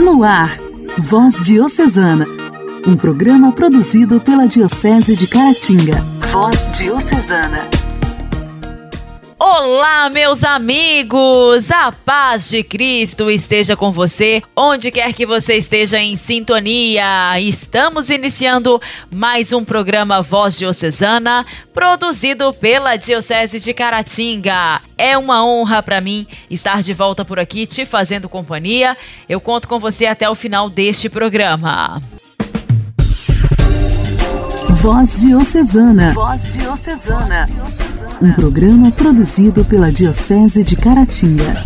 No ar, Voz Diocesana, um programa produzido pela Diocese de Caratinga. Voz Diocesana. Olá, meus amigos! A paz de Cristo esteja com você, onde quer que você esteja em sintonia. Estamos iniciando mais um programa Voz Diocesana, produzido pela Diocese de Caratinga. É uma honra para mim estar de volta por aqui, te fazendo companhia. Eu conto com você até o final deste programa. Voz Diocesana. Voz Diocesana. Um programa produzido pela Diocese de Caratinga.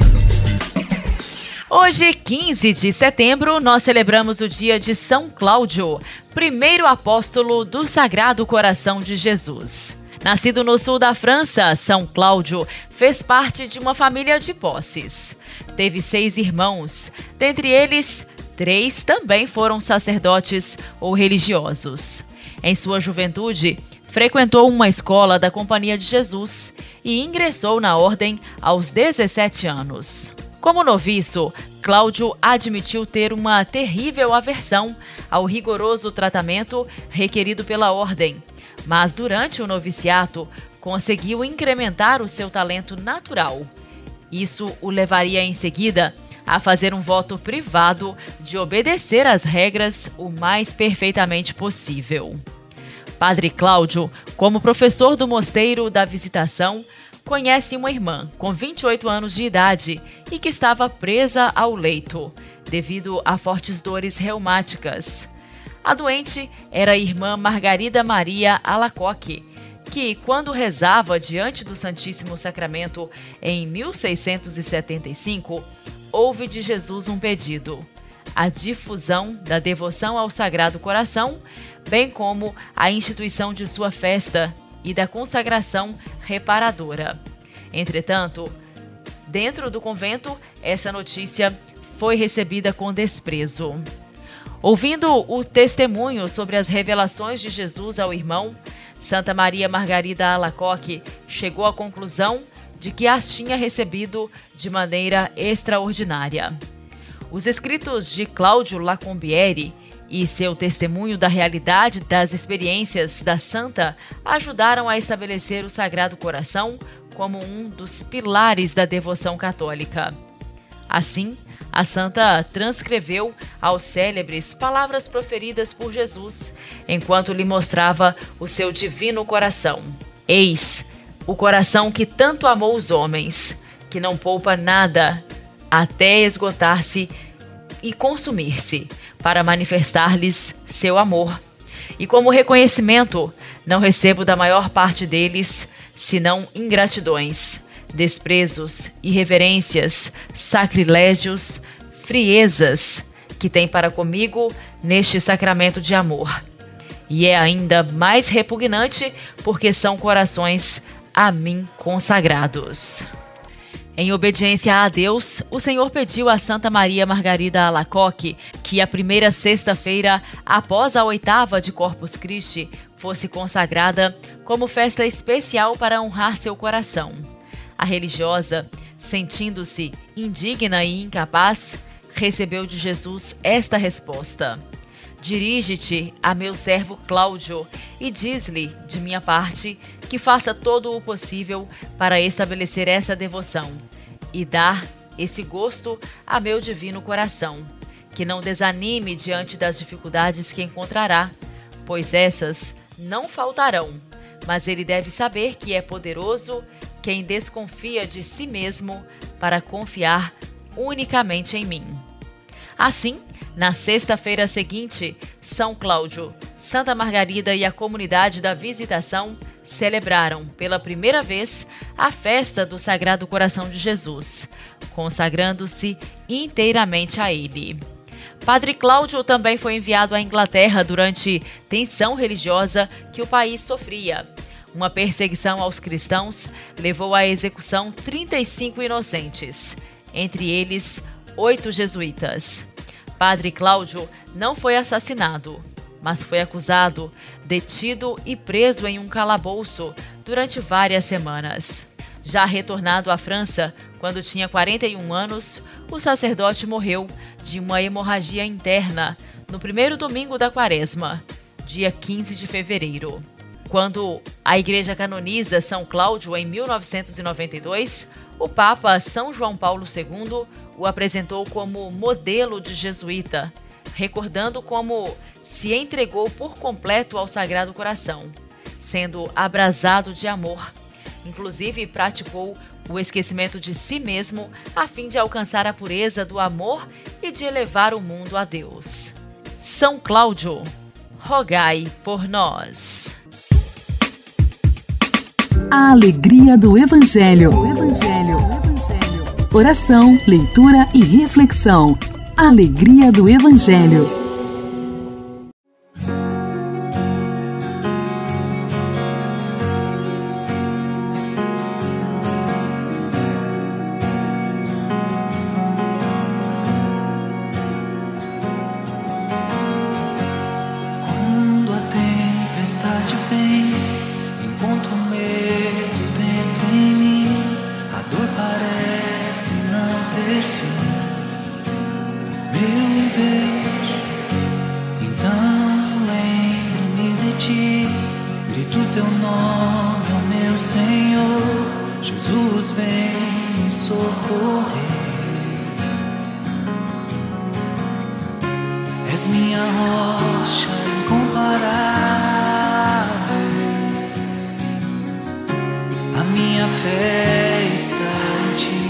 Hoje, 15 de setembro, nós celebramos o dia de São Cláudio, primeiro apóstolo do Sagrado Coração de Jesus. Nascido no sul da França, São Cláudio fez parte de uma família de posses. Teve 6 irmãos, dentre eles, 3 também foram sacerdotes ou religiosos. Em sua juventude, frequentou uma escola da Companhia de Jesus e ingressou na ordem aos 17 anos. Como noviço, Cláudio admitiu ter uma terrível aversão ao rigoroso tratamento requerido pela ordem, mas durante o noviciato conseguiu incrementar o seu talento natural. Isso o levaria em seguida a fazer um voto privado de obedecer às regras o mais perfeitamente possível. Padre Cláudio, como professor do Mosteiro da Visitação, conhece uma irmã com 28 anos de idade e que estava presa ao leito, devido a fortes dores reumáticas. A doente era a irmã Margarida Maria Alacoque, que, quando rezava diante do Santíssimo Sacramento em 1675, houve de Jesus um pedido: a difusão da devoção ao Sagrado Coração, bem como a instituição de sua festa e da consagração reparadora. Entretanto, dentro do convento, essa notícia foi recebida com desprezo. Ouvindo o testemunho sobre as revelações de Jesus ao irmão, Santa Maria Margarida Alacoque chegou à conclusão de que as tinha recebido de maneira extraordinária. Os escritos de Cláudio Lacombiere e seu testemunho da realidade das experiências da santa ajudaram a estabelecer o Sagrado Coração como um dos pilares da devoção católica. Assim, a santa transcreveu aos célebres palavras proferidas por Jesus enquanto lhe mostrava o seu divino coração. Eis o coração que tanto amou os homens, que não poupa nada até esgotar-se e consumir-se, para manifestar-lhes seu amor. E como reconhecimento, não recebo da maior parte deles, senão ingratidões, desprezos, irreverências, sacrilégios, friezas, que tem para comigo neste sacramento de amor. E é ainda mais repugnante porque são corações a mim consagrados. Em obediência a Deus, o Senhor pediu a Santa Maria Margarida Alacoque que a primeira sexta-feira, após a 8ª de Corpus Christi, fosse consagrada como festa especial para honrar seu coração. A religiosa, sentindo-se indigna e incapaz, recebeu de Jesus esta resposta: dirige-te a meu servo Cláudio e diz-lhe, de minha parte, que faça todo o possível para estabelecer essa devoção e dar esse gosto a meu divino coração, que não desanime diante das dificuldades que encontrará, pois essas não faltarão, mas ele deve saber que é poderoso quem desconfia de si mesmo para confiar unicamente em mim. Assim, na sexta-feira seguinte, São Cláudio, Santa Margarida e a comunidade da Visitação celebraram pela primeira vez a festa do Sagrado Coração de Jesus, consagrando-se inteiramente a ele. Padre Cláudio também foi enviado à Inglaterra durante tensão religiosa que o país sofria. Uma perseguição aos cristãos levou à execução 35 inocentes, entre eles 8 jesuítas. Padre Cláudio não foi assassinado, mas foi acusado, detido e preso em um calabouço durante várias semanas. Já retornado à França, quando tinha 41 anos, o sacerdote morreu de uma hemorragia interna no primeiro domingo da Quaresma, dia 15 de fevereiro. Quando a Igreja canoniza São Cláudio em 1992, o Papa São João Paulo II o apresentou como modelo de jesuíta, recordando como se entregou por completo ao Sagrado Coração, sendo abrasado de amor. Inclusive, praticou o esquecimento de si mesmo a fim de alcançar a pureza do amor e de elevar o mundo a Deus. São Cláudio, rogai por nós. A alegria do Evangelho. Oração, leitura e reflexão. Alegria do Evangelho. Quando a tempestade vem, encontro medo dentro em mim, a dor parece não ter fim. Meu Deus, então lembro-me de ti, grito teu nome, ó meu Senhor, Jesus vem me socorrer. És minha rocha incomparável, a minha fé está em ti.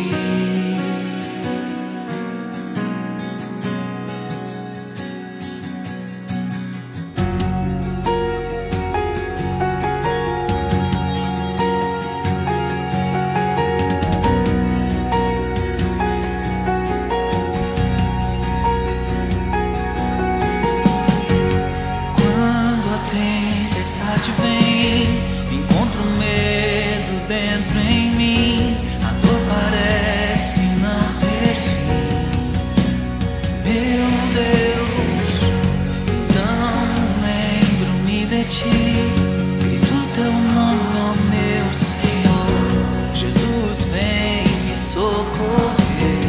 Quando a tempestade vem, encontro medo dentro em mim, a dor parece não ter fim. Meu Deus, então lembro-me de ti, grito teu nome, ó meu Senhor, Jesus vem me socorrer.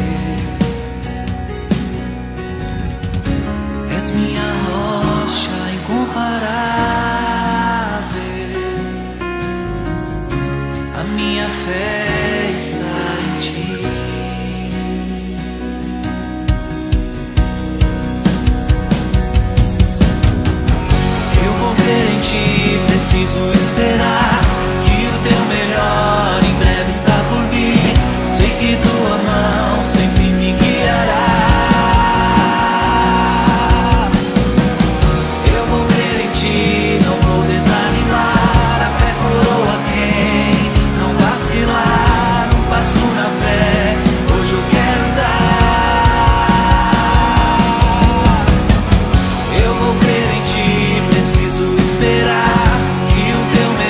És minha rocha incomparável, a minha fé está em ti. Eu vou crer em ti, preciso esperar que o teu melhor em breve está por vir. Sei que tua mão sempre me guiará. Eu vou crer em ti, não vou desanimar. A fé coroa quem não vacilar. Um passo na fé, hoje eu quero dar. Eu vou crer em ti, preciso esperar que o teu melhor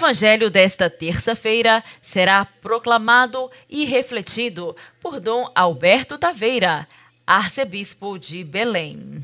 Evangelho desta terça-feira será proclamado e refletido por Dom Alberto Taveira, arcebispo de Belém.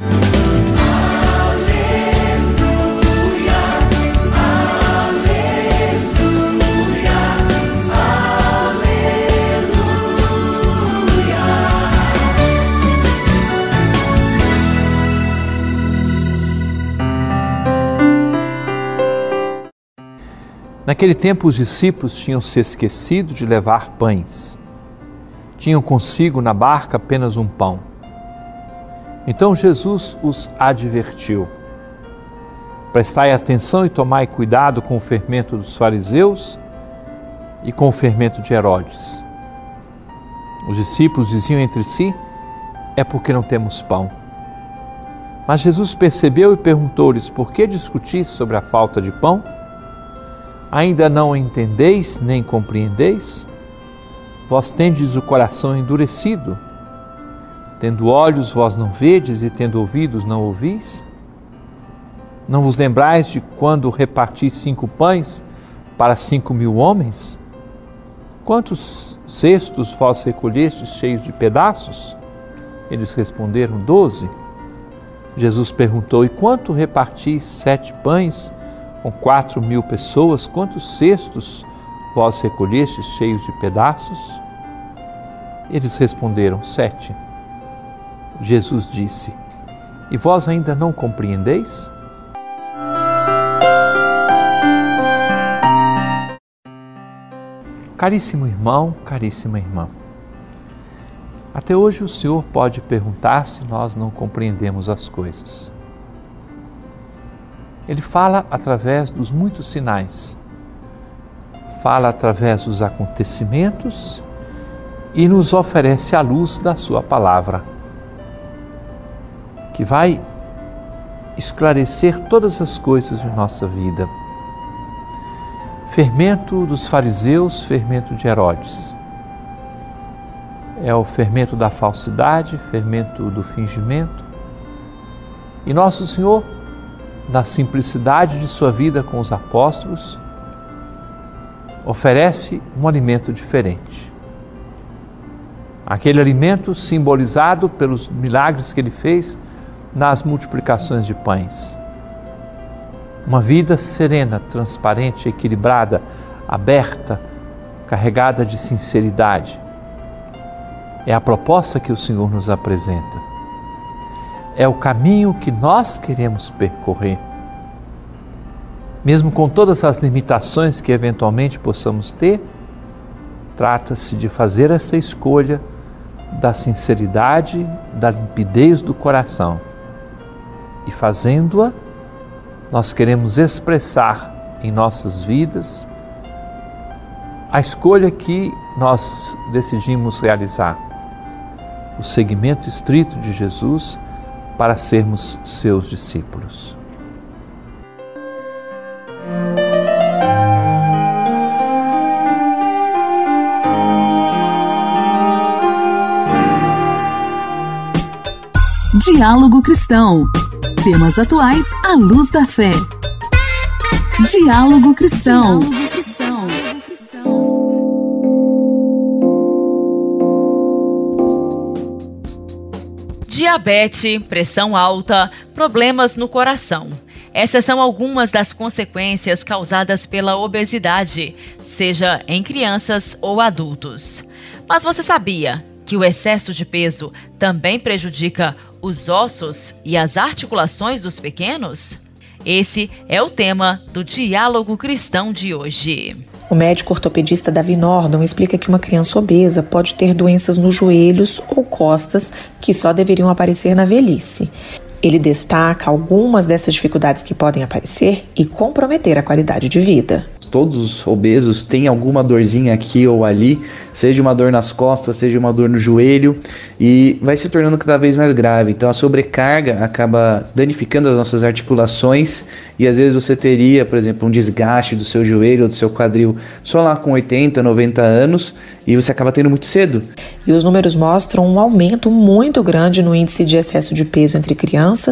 Naquele tempo os discípulos tinham se esquecido de levar pães. Tinham consigo na barca apenas um pão. Então Jesus os advertiu: prestai atenção e tomai cuidado com o fermento dos fariseus e com o fermento de Herodes. Os discípulos diziam entre si: é porque não temos pão. Mas Jesus percebeu e perguntou-lhes: por que discutis sobre a falta de pão? Ainda não entendeis nem compreendeis? Vós tendes o coração endurecido. Tendo olhos, vós não vedes, e tendo ouvidos, não ouvis? Não vos lembrais de quando reparti 5 pães para 5.000 homens? Quantos cestos vós recolhestes cheios de pedaços? Eles responderam: 12. Jesus perguntou: e quanto reparti 7 pães com 4.000 pessoas? Quantos cestos vós recolhestes cheios de pedaços? Eles responderam: 7. Jesus disse: e vós ainda não compreendeis? Caríssimo irmão, caríssima irmã, até hoje o Senhor pode perguntar se nós não compreendemos as coisas. Ele fala através dos muitos sinais, fala através dos acontecimentos e nos oferece a luz da sua palavra, que vai esclarecer todas as coisas de nossa vida. Fermento dos fariseus, fermento de Herodes. É o fermento da falsidade, fermento do fingimento. E nosso Senhor, na simplicidade de sua vida com os apóstolos, oferece um alimento diferente. Aquele alimento simbolizado pelos milagres que ele fez nas multiplicações de pães. Uma vida serena, transparente, equilibrada, aberta, carregada de sinceridade. É a proposta que o Senhor nos apresenta. É o caminho que nós queremos percorrer. Mesmo com todas as limitações que eventualmente possamos ter, trata-se de fazer essa escolha da sinceridade, da limpidez do coração. E fazendo-a, nós queremos expressar em nossas vidas a escolha que nós decidimos realizar. O seguimento estrito de Jesus para sermos seus discípulos. Diálogo Cristão. Temas atuais à luz da fé. Diálogo Cristão. Diabetes, pressão alta, problemas no coração. Essas são algumas das consequências causadas pela obesidade, seja em crianças ou adultos. Mas você sabia que o excesso de peso também prejudica os ossos e as articulações dos pequenos? Esse é o tema do Diálogo Cristão de hoje. O médico ortopedista Davi Nordon explica que uma criança obesa pode ter doenças nos joelhos ou costas que só deveriam aparecer na velhice. Ele destaca algumas dessas dificuldades que podem aparecer e comprometer a qualidade de vida. Todos os obesos têm alguma dorzinha aqui ou ali, seja uma dor nas costas, seja uma dor no joelho, e vai se tornando cada vez mais grave. Então a sobrecarga acaba danificando as nossas articulações e às vezes você teria, por exemplo, um desgaste do seu joelho ou do seu quadril só lá com 80, 90 anos e você acaba tendo muito cedo. E os números mostram um aumento muito grande no índice de excesso de peso entre crianças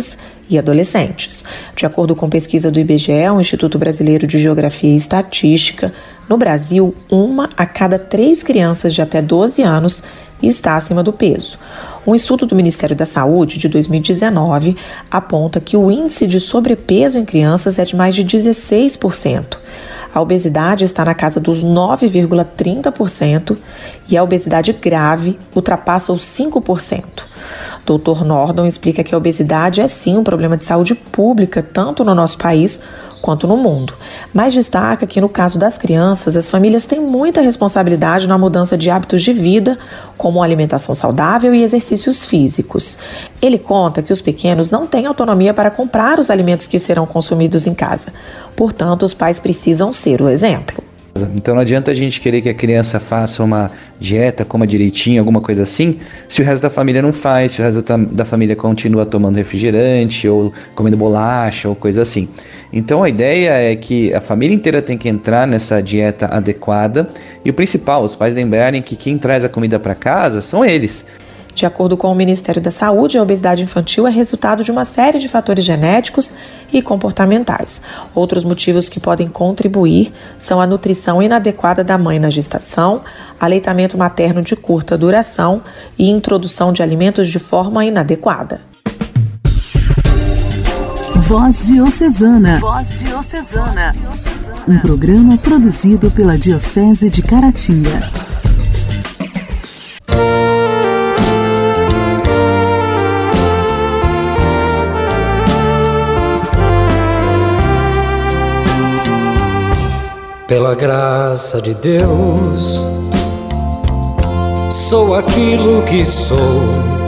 e adolescentes. De acordo com pesquisa do IBGE, o Instituto Brasileiro de Geografia e Estatística, no Brasil, 1 a cada 3 crianças de até 12 anos está acima do peso. Um estudo do Ministério da Saúde, de 2019, aponta que o índice de sobrepeso em crianças é de mais de 16%. A obesidade está na casa dos 9,30% e a obesidade grave ultrapassa os 5%. Dr. Nordon explica que a obesidade é sim um problema de saúde pública, tanto no nosso país quanto no mundo. Mas destaca que no caso das crianças, as famílias têm muita responsabilidade na mudança de hábitos de vida, como alimentação saudável e exercícios físicos. Ele conta que os pequenos não têm autonomia para comprar os alimentos que serão consumidos em casa. Portanto, os pais precisam ser o exemplo. Então não adianta a gente querer que a criança faça uma dieta, coma direitinho, alguma coisa assim, se o resto da família não faz, se o resto da família continua tomando refrigerante ou comendo bolacha ou coisa assim. Então a ideia é que a família inteira tem que entrar nessa dieta adequada e o principal, os pais lembrarem que quem traz a comida para casa são eles. De acordo com o Ministério da Saúde, a obesidade infantil é resultado de uma série de fatores genéticos e comportamentais. Outros motivos que podem contribuir são a nutrição inadequada da mãe na gestação, aleitamento materno de curta duração e introdução de alimentos de forma inadequada. Voz Diocesana. Voz Diocesana. Um programa produzido pela Diocese de Caratinga. Pela graça de Deus, sou aquilo que sou.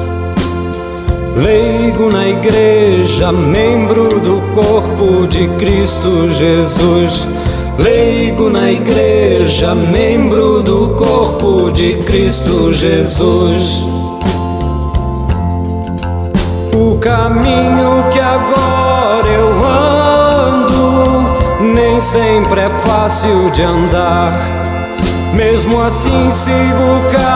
Leigo na igreja, membro do corpo de Cristo Jesus. Leigo na igreja, membro do corpo de Cristo Jesus. O caminho que agora eu ando nem sempre é fácil de andar, mesmo assim sigo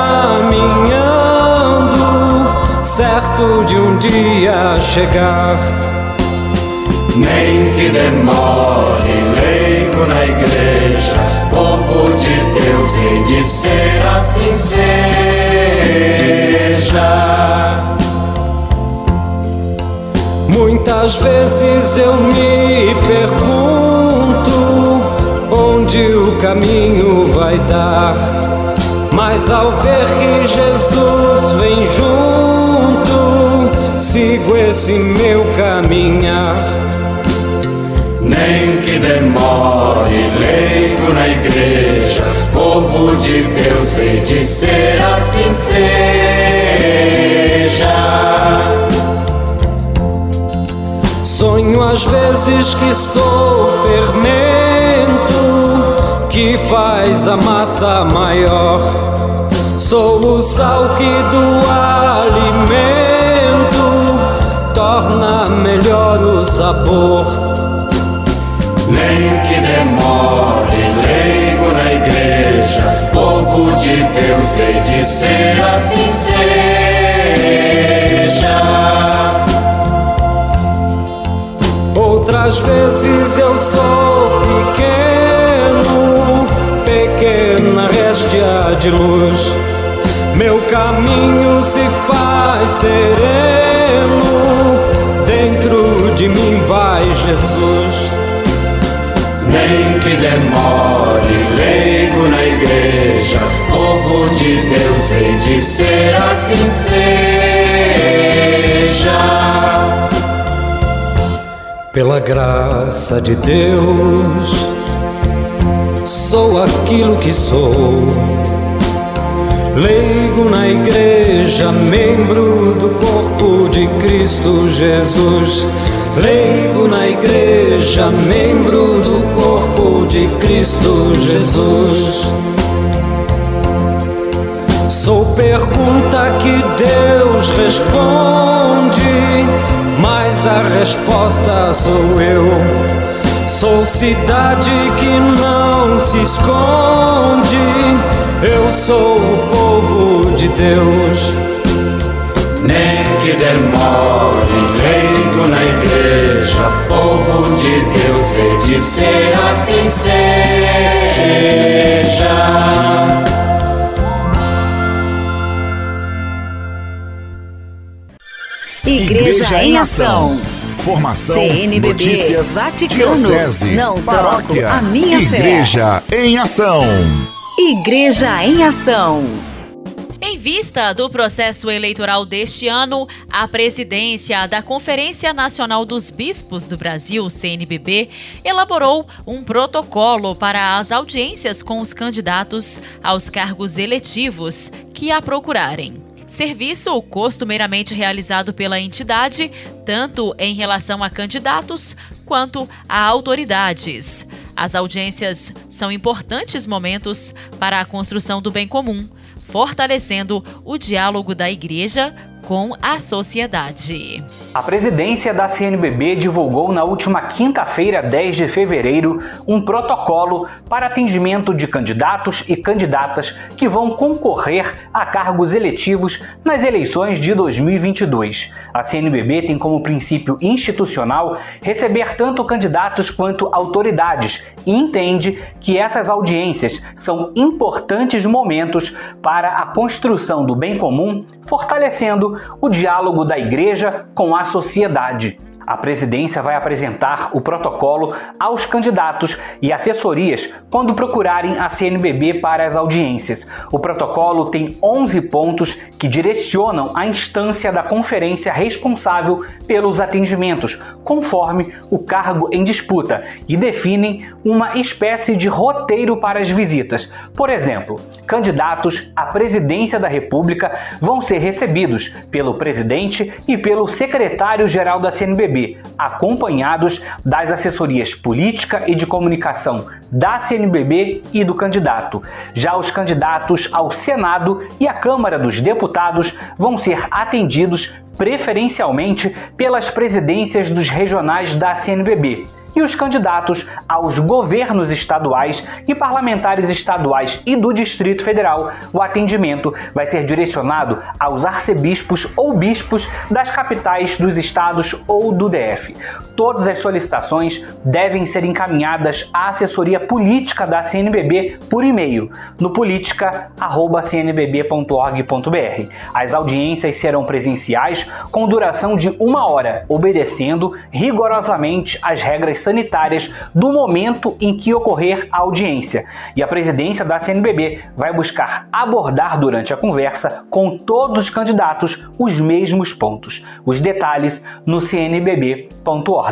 caminhando, certo de um dia chegar. Nem que demore, leigo na igreja, povo de Deus, e de ser assim seja. Muitas vezes eu me pergunto onde o caminho vai dar, mas ao ver que Jesus vem junto, sigo esse meu caminhar. Nem que demore, leigo na igreja, povo de Deus, e de ser assim seja. Sonho às vezes que sou fermento que faz a massa maior. Sou o sal que do alimento torna melhor o sabor. Nem que demore, leigo na igreja, povo de Deus, e de ser assim seja. Outras vezes eu sou pequeno, pequena réstia de luz. Meu caminho se faz sereno, dentro de mim vai Jesus. Nem que demore, leigo na igreja, povo de Deus, e de ser assim seja. Pela graça de Deus, sou aquilo que sou. Leigo na igreja, membro do corpo de Cristo Jesus. Leigo na igreja, membro do corpo de Cristo Jesus. Sou pergunta que Deus responde, mas a resposta sou eu. Sou cidade que não se esconde, eu sou o povo de Deus. Nem que demore, leigo na igreja, povo de Deus, hei de ser, assim seja. Igreja em Ação. Formação, CNBB, notícias, Vaticano, diocese, não paróquia, troco a minha Igreja em Ação. Igreja em Ação. Em vista do processo eleitoral deste ano, a presidência da Conferência Nacional dos Bispos do Brasil, CNBB, elaborou um protocolo para as audiências com os candidatos aos cargos eletivos que a procurarem. Serviço costumeiramente realizado pela entidade, tanto em relação a candidatos quanto a autoridades. As audiências são importantes momentos para a construção do bem comum, fortalecendo o diálogo da Igreja com a sociedade. A presidência da CNBB divulgou na última quinta-feira, 10 de fevereiro, um protocolo para atendimento de candidatos e candidatas que vão concorrer a cargos eletivos nas eleições de 2022. A CNBB tem como princípio institucional receber tanto candidatos quanto autoridades e entende que essas audiências são importantes momentos para a construção do bem comum, fortalecendo o diálogo da Igreja com a sociedade. A presidência vai apresentar o protocolo aos candidatos e assessorias quando procurarem a CNBB para as audiências. O protocolo tem 11 pontos que direcionam a instância da conferência responsável pelos atendimentos, conforme o cargo em disputa, e definem uma espécie de roteiro para as visitas. Por exemplo, candidatos à presidência da República vão ser recebidos pelo presidente e pelo secretário-geral da CNBB, acompanhados das assessorias política e de comunicação da CNBB e do candidato. Já os candidatos ao Senado e à Câmara dos Deputados vão ser atendidos preferencialmente pelas presidências dos regionais da CNBB. E os candidatos aos governos estaduais e parlamentares estaduais e do Distrito Federal, o atendimento vai ser direcionado aos arcebispos ou bispos das capitais dos estados ou do DF. Todas as solicitações devem ser encaminhadas à assessoria política da CNBB por e-mail, no politica@cnbb.org.br. As audiências serão presenciais com duração de 1 hora, obedecendo rigorosamente as regras sanitárias do momento em que ocorrer a audiência. E a presidência da CNBB vai buscar abordar durante a conversa com todos os candidatos os mesmos pontos. Os detalhes no cnbb.org.br.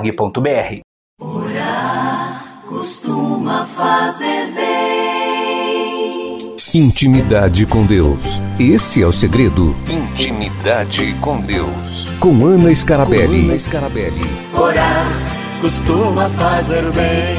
Orar costuma fazer bem. Intimidade com Deus. Esse é o segredo. Intimidade com Deus. Com Ana Scarabelli. Orar costuma fazer bem.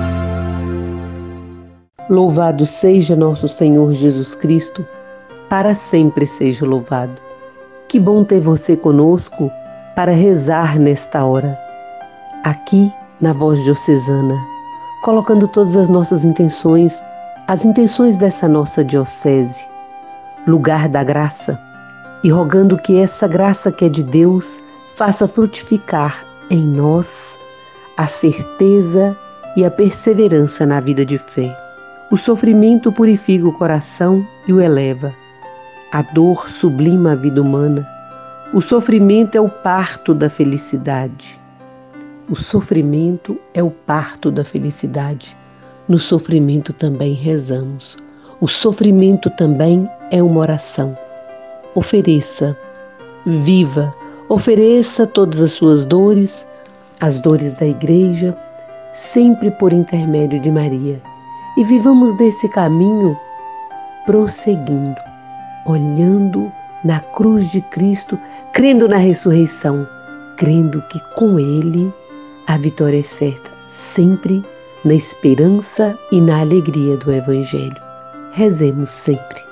Louvado seja nosso Senhor Jesus Cristo, para sempre seja louvado. Que bom ter você conosco para rezar nesta hora, aqui na Voz Diocesana, colocando todas as nossas intenções, as intenções dessa nossa diocese, lugar da graça, e rogando que essa graça que é de Deus faça frutificar em nós a certeza e a perseverança na vida de fé. O sofrimento purifica o coração e o eleva. A dor sublima a vida humana. O sofrimento é o parto da felicidade. O sofrimento é o parto da felicidade. No sofrimento também rezamos. O sofrimento também é uma oração. Ofereça, viva, ofereça todas as suas dores, as dores da Igreja, sempre por intermédio de Maria. E vivamos desse caminho prosseguindo, olhando na cruz de Cristo, crendo na ressurreição, crendo que com Ele a vitória é certa, sempre na esperança e na alegria do Evangelho. Rezemos sempre.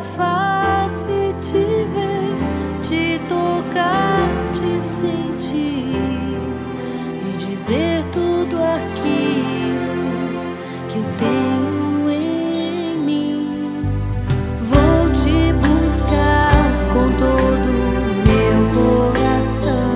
face, te ver, te tocar, te sentir e dizer tudo aquilo que eu tenho em mim. Vou te buscar com todo o meu coração,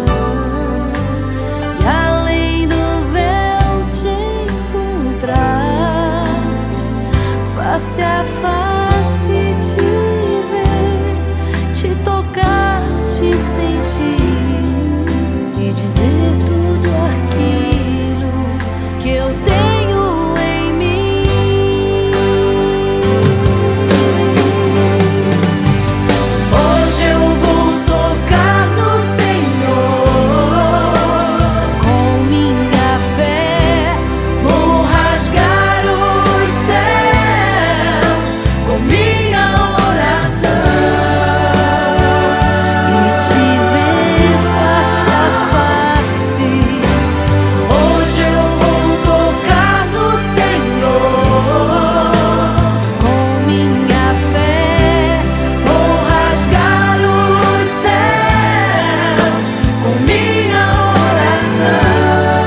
e além do véu te encontrar, face a face, te ver, te tocar, te sentir e dizer tudo aquilo que eu tenho em mim. Hoje eu vou tocar no Senhor com minha fé, vou rasgar os céus com minha oração e te ver face a face. Hoje eu vou tocar no Senhor com minha fé, vou rasgar os céus com minha oração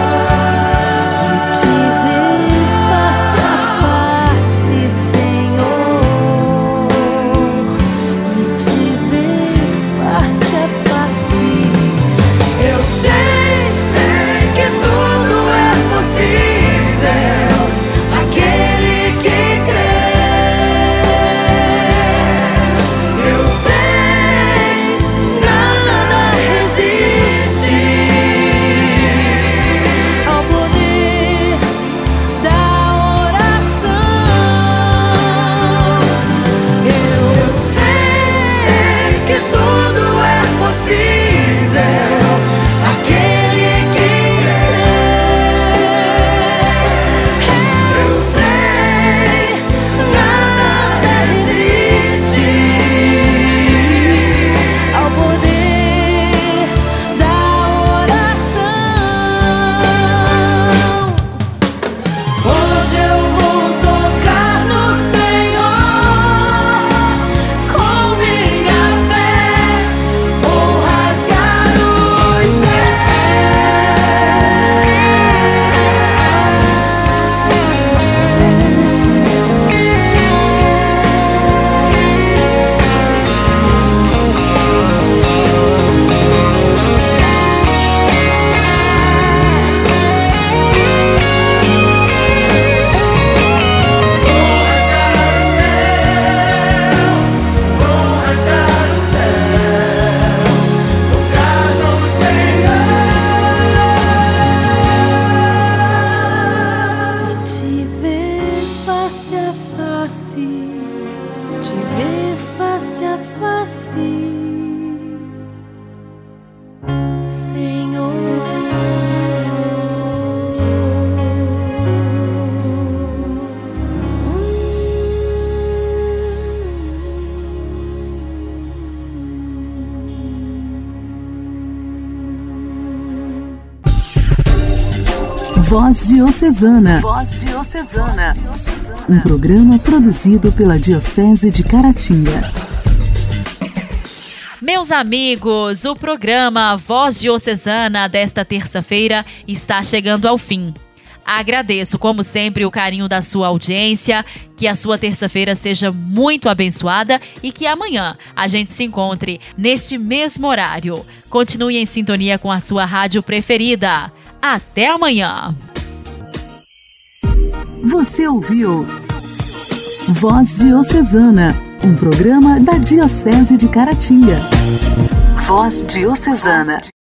e te ver face a face, Senhor, e te ver face a face. Eu sei que tudo é possível aquele que crê. Eu sei, nada resiste ao poder da oração. Eu sei que tudo é possível aquele que crê. Eu sei, nada resiste ao poder da oração. Hoje eu vou tocar no Senhor com minha fé, vou rasgar os céus. Vou rasgar o céu, tocar no Senhor e te ver face a face, te ver face a face, Senhor. Voz Diocesana. Voz Diocesana. Um programa produzido pela Diocese de Caratinga. Meus amigos, o programa Voz Diocesana desta terça-feira está chegando ao fim. Agradeço, como sempre, o carinho da sua audiência, que a sua terça-feira seja muito abençoada e que amanhã a gente se encontre neste mesmo horário. Continue em sintonia com a sua rádio preferida. Até amanhã! Você ouviu Voz Diocesana, um programa da Diocese de Caratinga. Voz Diocesana.